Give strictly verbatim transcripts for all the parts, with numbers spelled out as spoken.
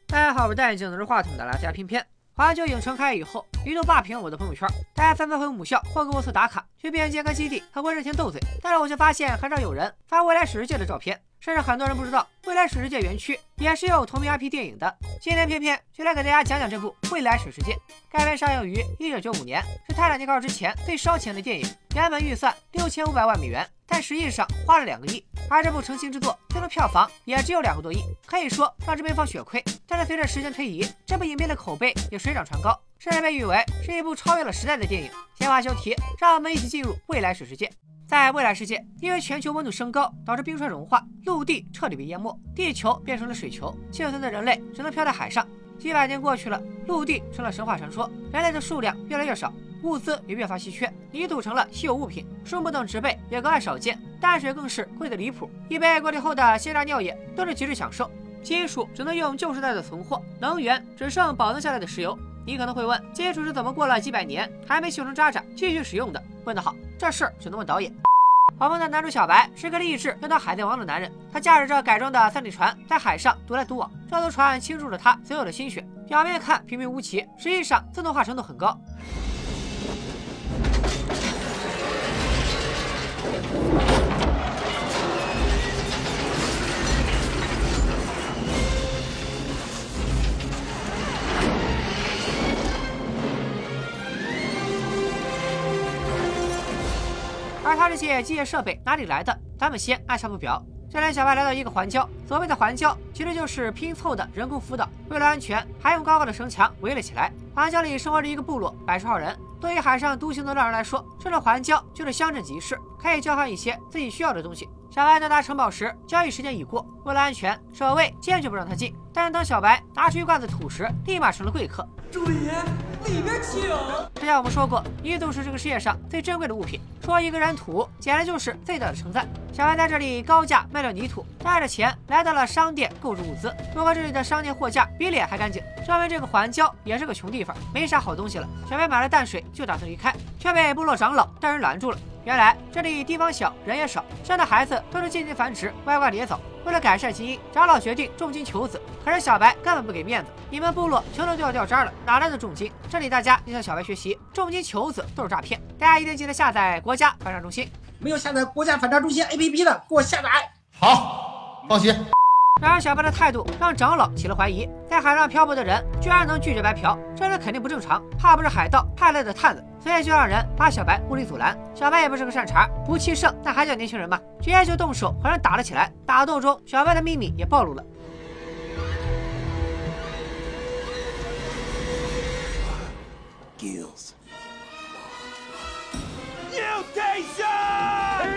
大家好，我是戴眼镜拿着话筒的拉加偏偏。环球影城开业以后，一度霸屏我的朋友圈，大家纷纷回母校霍格沃茨打卡，去边界跟基地和温热天斗嘴。但是我却发现很少有人发未来史世界的照片，甚至很多人不知道未来史世界园区也是有同名 I P 电影的。今天偏偏就来给大家讲讲这部未来史世界。该片上映于一九九五年，是泰坦尼克号之前最烧钱的电影，原本预算六千五百万美元，但实际上花了两个亿。而这部成型之作最终票房也只有两个多亿，可以说让这片放血亏。但是随着时间推移，这部影片的口誉也水涨船高，甚至被誉为是一部超越了时代的电影。闲话休题，让我们一起进入未来史世界。在未来世界，因为全球温度升高导致冰川融化，陆地彻底被淹没，地球变成了水球，幸存的人类只能漂在海上。几百年过去了，陆地成了神话传说，人类的数量越来越少，物资也越发稀缺，泥土成了稀有物品，树木等植被也格外少见，淡水更是贵得离谱，一杯过滤后的鲜榨尿液都是极致享受。金属只能用旧时代的存货，能源只剩保存下来的石油。你可能会问，金属是怎么过了几百年还没锈成渣渣继续使用的？问得好，这事儿只能问导演。我们的男主小白是个立志要当海贼王的男人，他驾驶着改装的三体船在海上独来独往，这艘船倾注了他所有的心血，表面看平平无奇，实际上自动化程度很高。而他这些机械设备哪里来的？咱们先按下不表。这天，小白来到一个环礁，所谓的环礁其实就是拼凑的人工浮岛，为了安全，还用高高的城墙围了起来。环礁里生活着一个部落，百十号人。对于海上独行的浪人来说，这座环礁就是乡镇集市，可以交换一些自己需要的东西。小白到达城堡时，交易时间已过，为了安全，守卫坚决不让他进。但是当小白拿出一罐子土时，立马成了贵客。 主爷，里边请。 之前我们说过，泥土是这个世界上最珍贵的物品，说一个人土，简直就是最大的称赞。小白在这里高价卖掉泥土，带着钱来到了商店购置物资。不过这里的商店货架比脸还干净，证明这个环礁也是个穷地方，没啥好东西了。小白买了淡水就打算离开，却被部落长老带人拦住了。原来这里地方小，人也少，生的孩子都是进行繁殖，歪瓜裂枣。为了改善基因，长老决定重金求子，可是小白根本不给面子。你们部落穷的都要掉渣了，哪来的重金？这里大家要向小白学习，重金求子都是诈骗。大家一定记得下载国家反诈中心。 没有下载国家反诈中心 A P P 的，给我下载。 好，放心。 然而小白的态度让长老起了怀疑，在海上漂泊的人居然能拒绝白嫖，这人肯定不正常，怕不是海盗派来的探子，所以就让人把小白无理阻拦。小白也不是个善茬，不气盛那还叫年轻人吗？直接就动手和人打了起来。打斗中，小白的秘密也暴露了。 Gills. Mutation!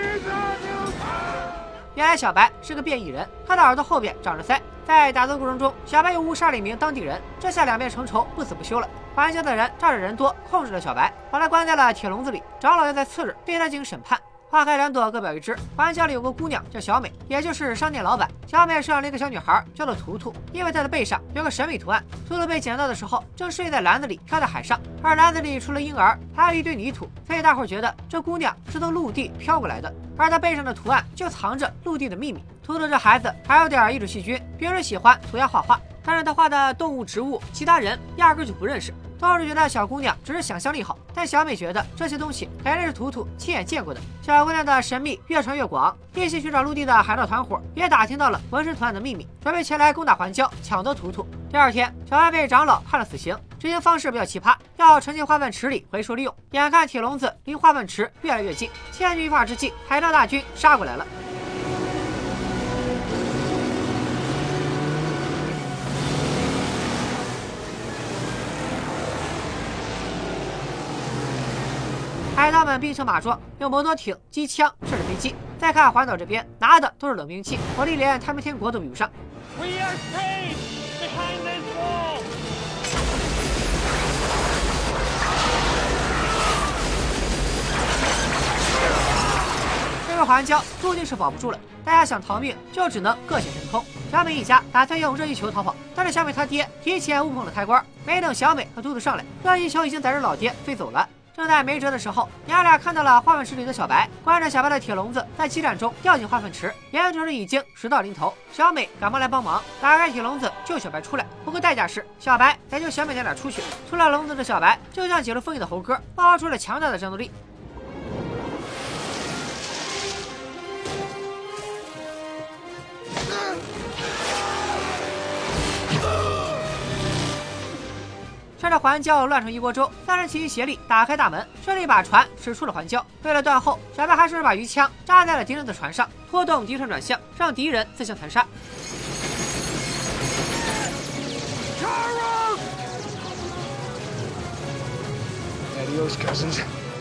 原来小白是个变异人，他的耳朵后边长着鳃。在打斗过程中，小白又误杀了一名当地人，这下两边成仇，不死不休了。环礁的人仗着人多，控制了小白，把他关在了铁笼子里。长老要在次日对他进行审判。花开两朵，各表一枝。环礁里有个姑娘叫小美，也就是商店老板。小美生了一个小女孩，叫做图图，因为她的背上有个神秘图案。图图被捡到的时候，正睡在篮子里，飘在海上，而篮子里除了婴儿，还有一堆泥土，所以大伙觉得这姑娘是从陆地飘过来的。而她背上的图案就藏着陆地的秘密。图图这孩子还有点艺术细菌，平时喜欢涂鸦画画，但是他画的动物、植物，其他人压根就不认识。都是觉得小姑娘只是想象力好，但小美觉得这些东西肯定是图图亲眼见过的。小姑娘的神秘越传越广，一起寻找陆地的海盗团伙也打听到了纹身图案的秘密，准备前来攻打环礁，抢夺图图。第二天，小白被长老判了死刑，执行方式比较奇葩，要沉进化粪池里回收利用。眼看铁笼子离化粪池越来越近，千钧一发之际，海盗大军杀过来了。海盗们兵强马壮，有摩托艇、机枪，甚至飞机。再看环岛这边，拿的都是冷兵器，火力连太平天国都比不上。 We are safe behind this wall. 这个环礁注定是保不住了，大家想逃命就只能各显神通。小美一家打算用热气球逃跑，但是小美她爹提前误碰了开关，没等小美和兔子上来，热气球已经载着老爹飞走了。 正在没辙的时候，娘俩看到了化粪池里的小白，关着小白的铁笼子在激战中掉进化粪池，眼瞅着已经事到临头。小美赶忙来帮忙，打开铁笼子救小白出来。不过代价是小白得救小美娘俩出去。出了笼子的小白就像解了封印的猴哥，爆发出了强大的战斗力。趁着环礁乱成一锅粥，三人齐心协力打开大门，顺利把船驶出了环礁。为了断后，小白还顺势把鱼枪扎在了敌人的船上，拖动敌船转向，让敌人自相残杀。 Adios, cousins.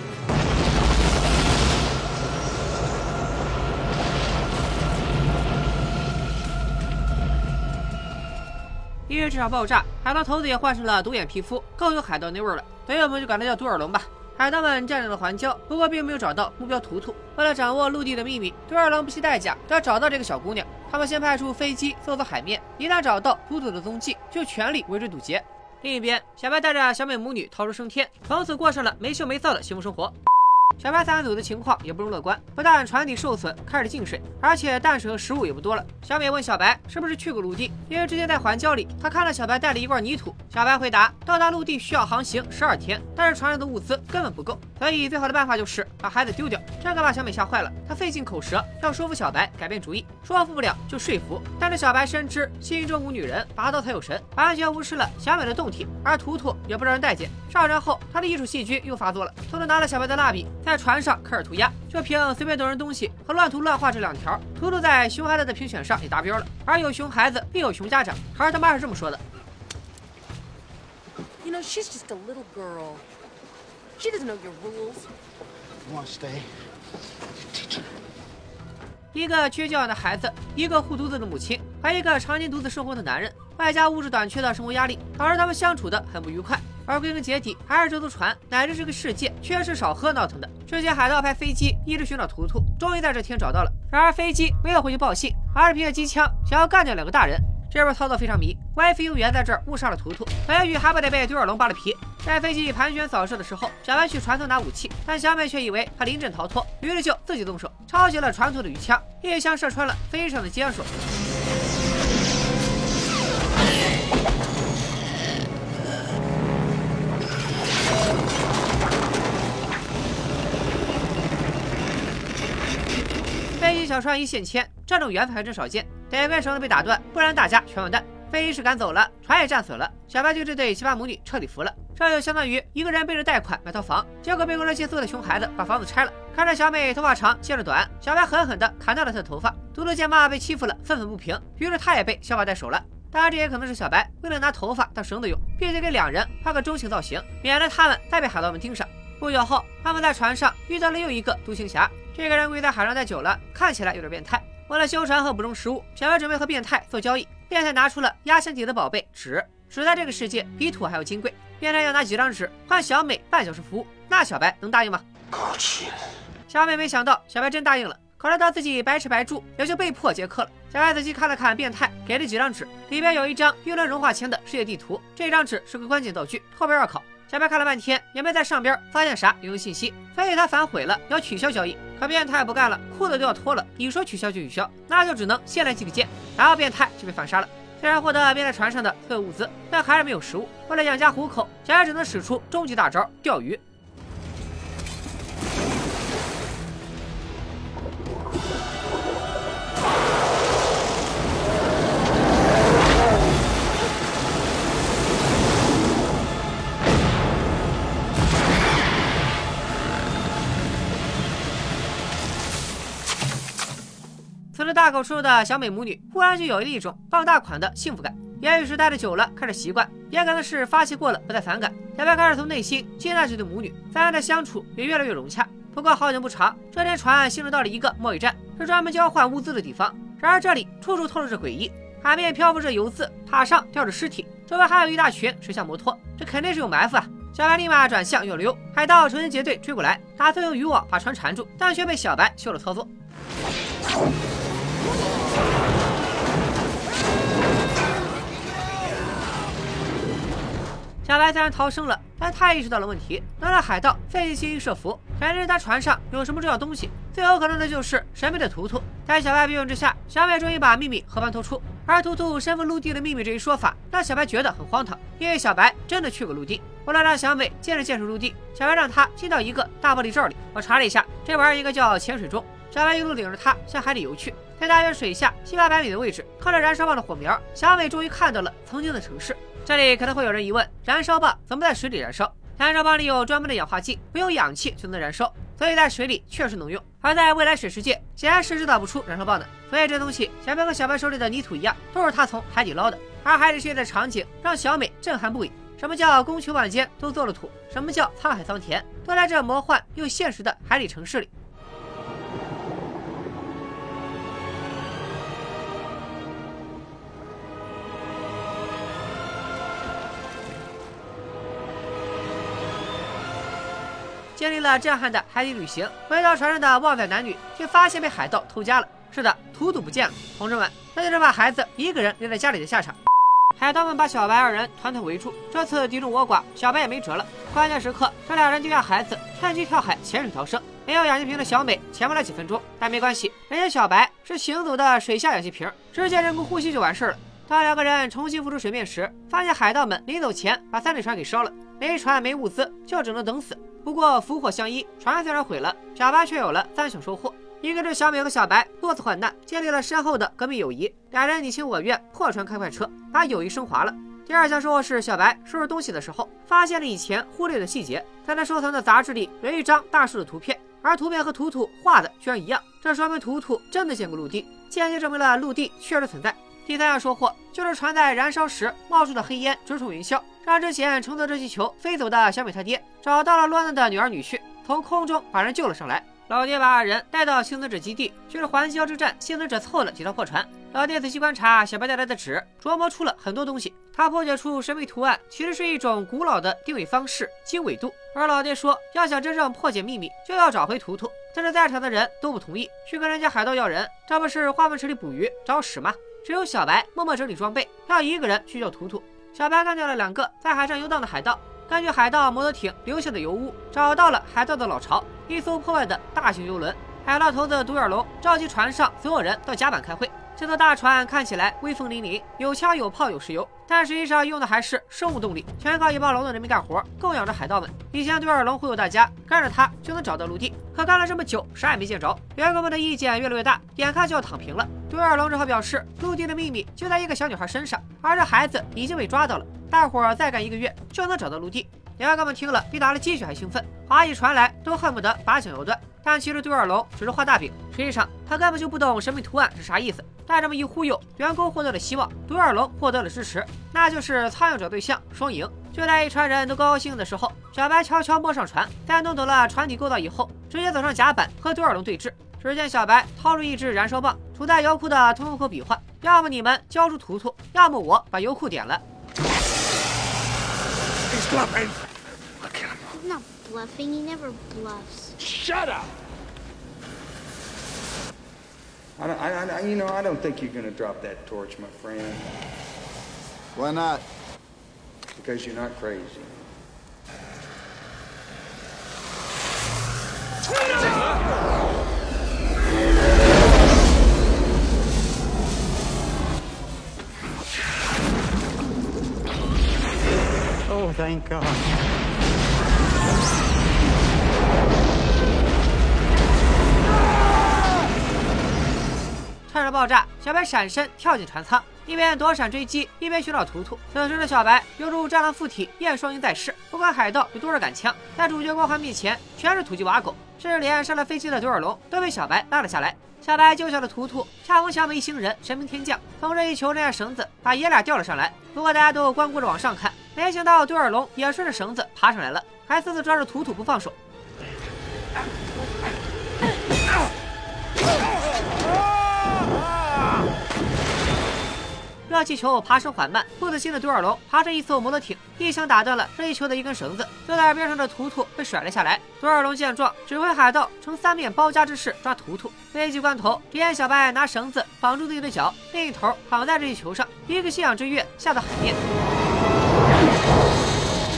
因为这场爆炸，海盗头子也换上了独眼皮肤，更有海盗那味儿了，所以我们就管他叫独耳龙吧。海盗们占领了环礁，不过并没有找到目标图图。为了掌握陆地的秘密，独耳龙不惜代价都要找到这个小姑娘。他们先派出飞机搜索海面，一旦找到图图的踪迹，就全力围追堵截。另一边，小白带着小美母女逃出升天，从此过上了没羞没臊的幸福生活。小白三人组的情况也不容乐观，不但船底受损，开始进水，而且淡水和食物也不多了。小美问小白是不是去过陆地，因为之前在环礁里，他看到小白带了一罐泥土。小白回答，到达陆地需要航行十二天，但是船上的物资根本不够，所以最好的办法就是把孩子丢掉。这个把小美吓坏了，她费尽口舌要说服小白改变主意，说服不了就说服。但是小白深知心中无女人，拔刀才有神，完全无视了小美的动体，而图图也不让人待见。上船后，他的艺术细菌又发作了，图图拿了小白的蜡笔，在船上开始涂鸦，就凭随便动人东西和乱涂乱画这两条，图图在熊孩子的评选上也达标了。而有熊孩子必有熊家长，孩儿他妈是这么说的。 You know, she's just a little girl. She doesn't know your rules. You want to stay? Teach her. 一个缺教养的孩子，一个护犊子的母亲，和一个常年独自生活的男人，外加物质短缺的生活压力，导致他们相处的很不愉快。而归根结底，还是这艘船乃至这个世界缺吃少喝闹腾的。这些海盗派飞机一直寻找图图，终于在这天找到了。然而飞机没有回去报信，而是凭着机枪想要干掉两个大人。这边操作非常迷 ，WiFi 用员在这儿误杀了图图，也许还不得被独耳龙扒了皮。在飞机盘旋扫射的时候，小白去船头拿武器，但小美却以为他临阵逃脱，于是就自己动手抄起了船头的鱼枪，一枪射穿了飞上的坚手。飞机小船一线牵，这种缘分还真少见。得亏绳子被打断，不然大家全完蛋。飞是赶走了，船也战损了，小白对这对奇葩母女彻底服了。这就相当于一个人背着贷款买套房，结果被工人借宿的熊孩子把房子拆了。看着小美头发长线着短，小白狠狠地砍掉了她的头发。图图见妈妈被欺负了，愤愤不平，于是他也被小马带手了。当然，这也可能是小白为了拿头发当绳子用，并且给两人画个中性造型，免得他们再被海盗们盯上。不久后，他们在船上遇到了又一个独行侠。这个人估计在海上待久了，看起来有点变态。为了修船和补充食物，小白准备和变态做交易。变态拿出了压箱底的宝贝纸，纸在这个世界比土还要金贵。变态要拿几张纸换小美半小时服务，那小白能答应吗？小美没想到小白真答应了，考虑到自己白吃白住，也就被迫接客了。小白仔细看了看变态给了几张纸，里边有一张晕轮融化前的世界地图，这张纸是个关键道具，后边要考。小白看了半天，也没在上边发现啥有用信息，所以他反悔了，要取消交易。可变态不干了，裤子都要脱了，你说取消就取消，那就只能先来几个箭，然后变态就被反杀了。虽然获得变态船上的所有物资，但还是没有食物。为了养家糊口，小白只能使出终极大招钓鱼。此时大口吃肉的小美母女忽然就有了一种傍大款的幸福感，也许是待得久了开始习惯，也可能是发泄过了不再反感。小白开始从内心接纳这对母女，三人的相处也越来越融洽。不过好景不长，这天船行驶到了一个贸易站，是专门交换物资的地方。然而这里处处透露着诡异，海面漂浮着油渍，塔上吊着尸体，周围还有一大群水下摩托，这肯定是有埋伏啊！小白立马转向要溜，海盗成群结队追过来，打算用渔网把船缠住，但却被小白修了操作。小小白虽然逃生了，但他意识到了问题，能让海盗费尽心意设伏，肯定他船上有什么重要东西，最有可能的就是神秘的图图。在小白逼问之下，小美终于把秘密和盘托出。而图图身负陆地的秘密这一说法，让小白觉得很荒唐，因为小白真的去过陆地。为了让小美见识见识陆地，小白让她进到一个大玻璃罩里。我查了一下，这玩意儿应该叫潜水钟。小白一路领着她向海里游去，在大约水下七八百米的位置，靠着燃烧棒的火苗，小美终于看到了曾经的城市。这里可能会有人疑问，燃烧棒怎么在水里燃烧？燃烧棒里有专门的氧化剂，不用氧气就能燃烧，所以在水里确实能用。而在未来水世界，显然是制造不出燃烧棒的，所以这东西想必和小白手里的泥土一样，都是他从海底捞的。而海底世界的场景让小美震撼不已。什么叫宫崎万间都做了土？什么叫沧海桑田？都在这魔幻又现实的海底城市里。经历了震撼的海底旅行，回到船上的旺仔男女却发现被海盗偷家了。是的，图图不见了。同志们，那就是把孩子一个人留在家里的下场。海盗们把小白二人团团围住，这次敌众我寡，小白也没辙了。关键时刻，这俩人丢下孩子，趁机跳海潜水逃生。没有氧气瓶的小美潜不了几分钟，但没关系，人家小白是行走的水下氧气瓶，直接人工呼吸就完事了。当两个人重新浮出水面时，发现海盗们临走前把三艘船给烧了，没船没物资，就只能等死。不过福祸相依，船虽然毁了，小白却有了三项收获。一个是小美和小白多次患难，建立了深厚的革命友谊，俩人你情我愿，破船开快车，把友谊升华了。第二项收获是小白收拾东西的时候，发现了以前忽略的细节，在他收藏的杂志里有一张大树的图片，而图片和图图画的居然一样，这说明图图真的见过陆地，间接证明了陆地确实存在。第三项收获就是船在燃烧时冒出的黑烟直冲云霄，让之前乘坐这气球飞走的小美他爹找到了落难的女儿女婿，从空中把人救了上来。老爹把二人带到幸存者基地，就是环礁之战幸存者凑了几条破船。老爹仔细观察小白带来的纸，琢磨出了很多东西。他破解出神秘图案其实是一种古老的定位方式经纬度。而老爹说，要想真正破解秘密，就要找回图图。但是在场的人都不同意，去跟人家海盗要人，这不是化粪池里捕鱼找屎吗？只有小白默默整理装备，要一个人去救图图。小白干掉了两个在海上游荡的海盗，根据海盗摩托艇留下的油污，找到了海盗的老巢，一艘破坏的大型游轮。海盗头子独眼龙召集船上所有人到甲板开会。这艘大船看起来威风凛凛，有枪有炮有石油，但实际上用的还是生物动力，全靠一帮劳动人民干活，供养着海盗们。以前独眼龙忽悠大家，跟着他就能找到陆地，可干了这么久，啥也没见着。员工们的意见越来越大，眼看就要躺平了。独眼龙只好表示，陆地的秘密就在一个小女孩身上，而这孩子已经被抓到了，大伙儿再干一个月就能找到陆地。员工们听了比打了鸡血还兴奋，话一传来都恨不得把脚摇断。但其实独眼龙只是画大饼，实际上他根本就不懂神秘图案是啥意思。但这么一忽悠，员工获得了希望，独眼龙获得了支持，那就是苍蝇找对象，双赢。就在一船人都高高兴兴的时候，小白悄悄摸上船，在弄懂了船体构造以后，直接走上甲板和独眼龙对峙。只见小白掏出一支燃烧棒，杵在油库的通风口比划，要么你们交出图图，要么我把油库点了。 He's bluffing. He's not bluffing. He never bluffs. Shut up. I, don't, I, I, you know, I don't think you're gonna drop that torch, my friend. Why not? Because you're not crazy. Oh, thank God. 趁着爆炸，小白闪身跳进船舱，一边躲闪追击，一边寻找图图。此时的小白犹如战狼附体，燕双鹰在世。不管海盗有多少杆枪，在主角光环面前全是土鸡瓦狗，甚至连上了飞机的独眼龙都被小白拉了下来。小白救下了图图，恰逢小美一行人神兵天降，从这一球扔下绳子，把爷俩吊了上来。不过大家都光顾着往上看，没想到独眼龙也顺着绳子爬上来了，还死死抓着图图不放手。热气球爬升缓慢，不死心的独眼龙爬上一艘摩托艇，一枪打断了热气球的一根绳子，就在边上的图图被甩了下来。独眼龙见状，指挥海盗呈三面包夹之势抓图图。危急关头，只见小白拿绳子绑住自己的脚，另一头绑在热气球上，一个信仰之跃下到海面。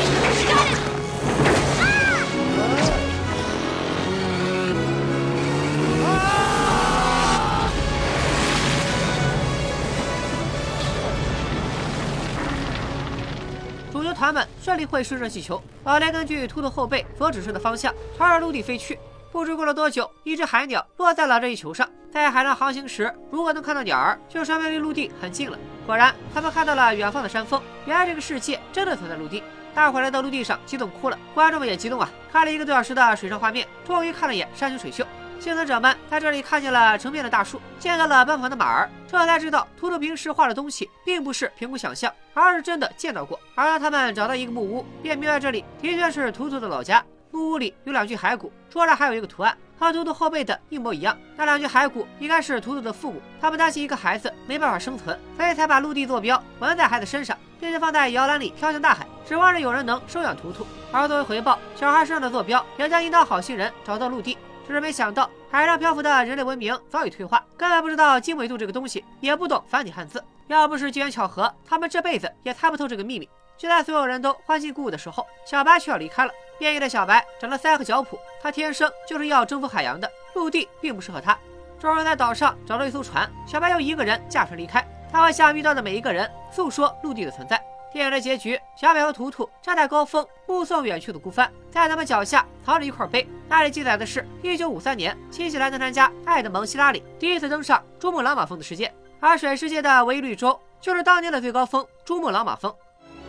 主角团们顺利会师热气球，老雷根据图图后背所指示的方向朝着陆地飞去。不知过了多久，一只海鸟落在了这一球上。在海上航行时，如果能看到鸟儿，就说明离陆地很近了。果然，他们看到了远方的山峰。原来这个世界真的存在陆地。大伙来到陆地上，激动哭了。观众们也激动啊！看了一个多小时的水上画面，终于看了眼山清水秀。幸存者们在这里看见了成片的大树，见到了奔跑的马儿，这才知道图图平时画的东西并不是凭空想象，而是真的见到过。而当他们找到一个木屋，便明白这里的确是图图的老家。木屋里有两具骸骨，桌上还有一个图案，和图图后背的一模一样。那两具骸骨应该是图图的父母，他们担心一个孩子没办法生存，所以才把陆地坐标纹在孩子身上，并且放在摇篮里飘向大海，指望着有人能收养图图。而作为回报，小孩身上的坐标也将引导好心人找到陆地。只是没想到，海上漂浮的人类文明早已退化，根本不知道经纬度这个东西，也不懂繁体汉字。要不是机缘巧合，他们这辈子也猜不透这个秘密。就在所有人都欢欣鼓舞的时候，小白却要离开了。变异的小白长了腮和脚蹼，他天生就是要征服海洋的，陆地并不适合他。终于在岛上找到一艘船，小白又一个人驾船离开。他会向遇到的每一个人诉说陆地的存在。电影的结局，小白和图图站在高峰，目送远去的孤帆。在他们脚下藏着一块碑，那里记载的是一九五三年，新西兰登山家埃德蒙·希拉里第一次登上珠穆朗玛峰的事件。而水世界的唯一绿洲，就是当年的最高峰珠穆朗玛峰。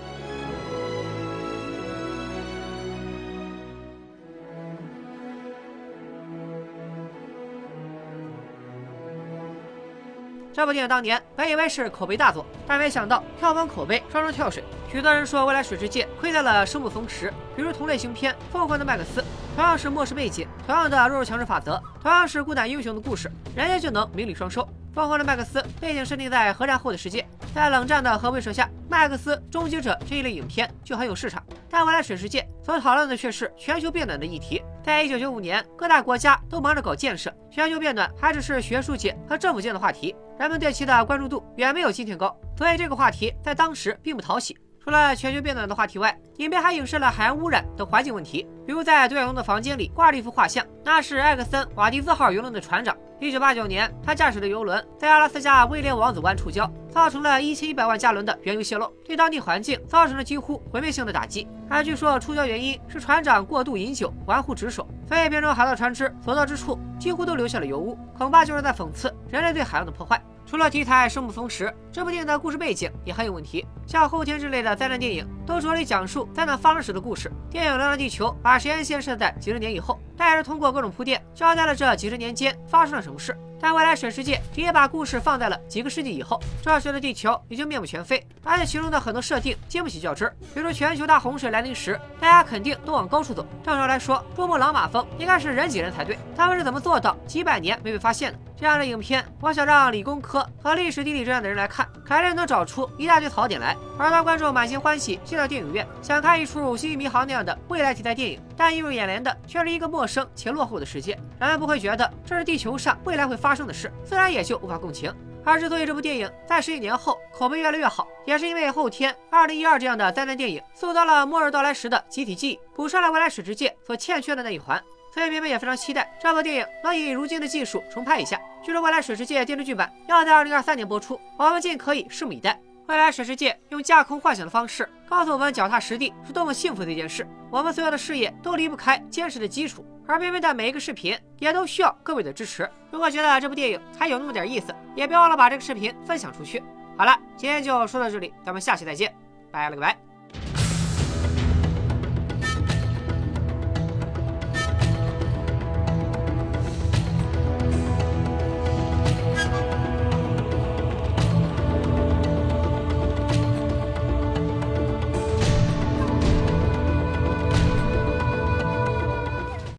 这部电影当年本以为是口碑大作，但没想到票房口碑双双跳水。许多人说未来水之界亏在了生不逢时，比如同类型片《疯狂的麦克斯》，同样是末世背景，同样的弱肉强食法则，同样是孤胆英雄的故事，人家就能名利双收。疯狂的麦克斯背景设定在核战后的世界，在冷战的核威慑下，麦克斯终结者这一类影片就很有市场。但未来水世界所讨论的却是全球变暖的议题。在一九九五年，各大国家都忙着搞建设，全球变暖还只是学术界和政府界的话题，人们对其的关注度远没有今天高，所以这个话题在当时并不讨喜。除了全球变暖的话题外，影片还影射了海洋污染等环境问题。比如在杜亚龙的房间里挂着一幅画像，那是艾克森·瓦迪兹号游轮的船长。一九八九年，他驾驶的游轮在阿拉斯加威廉王子湾触礁，造成了一千一百万加仑的原油泄漏，对当地环境造成了几乎毁灭性的打击。而据说触礁原因是船长过度饮酒，玩忽职守，所以片中海盗船只所到之处几乎都留下了油污，恐怕就是在讽刺人类对海洋的破坏。除了题材生不逢时，这部电影的故事背景也很有问题。像后天之类的灾难电影都着力讲述灾难发生时的故事，电影《流浪地球》把时间线设在几十年以后，但是通过各种铺垫交代了这几十年间发生了什么事。但未来水世界也把故事放在了几个世纪以后，这时的地球已经面目全非，而且其中的很多设定经不起较真。比如全球大洪水来临时，大家肯定都往高处走。正常来说，珠穆朗玛峰应该是人挤人才对，他们是怎么做到几百年没被发现的？这样的影片，我想让理工科和历史地理这样的人来看，肯定能找出一大堆槽点来。而当观众满心欢喜进到电影院，想看一出《星际迷航》那样的未来题材电影，但映入眼帘的却是一个陌生且落后的世界，人们不会觉得这是地球上未来会发生的事，自然也就无法共情。而之所以这部电影在十几年后口碑越来越好，也是因为后天二零一二这样的灾难电影塑造了末日到来时的集体记忆，补上了未来水之界所欠缺的那一环。所以片片也非常期待这部电影能以如今的技术重拍一下。据说未来水世界电视剧版要在二零二三年播出，我们尽可以拭目以待。未来水世界用架空幻想的方式告诉我们脚踏实地是多么幸福的一件事，我们所有的事业都离不开坚实的基础，而片片的每一个视频也都需要各位的支持。如果觉得这部电影还有那么点意思，也别忘了把这个视频分享出去。好了，今天就说到这里，咱们下期再见，拜了个拜。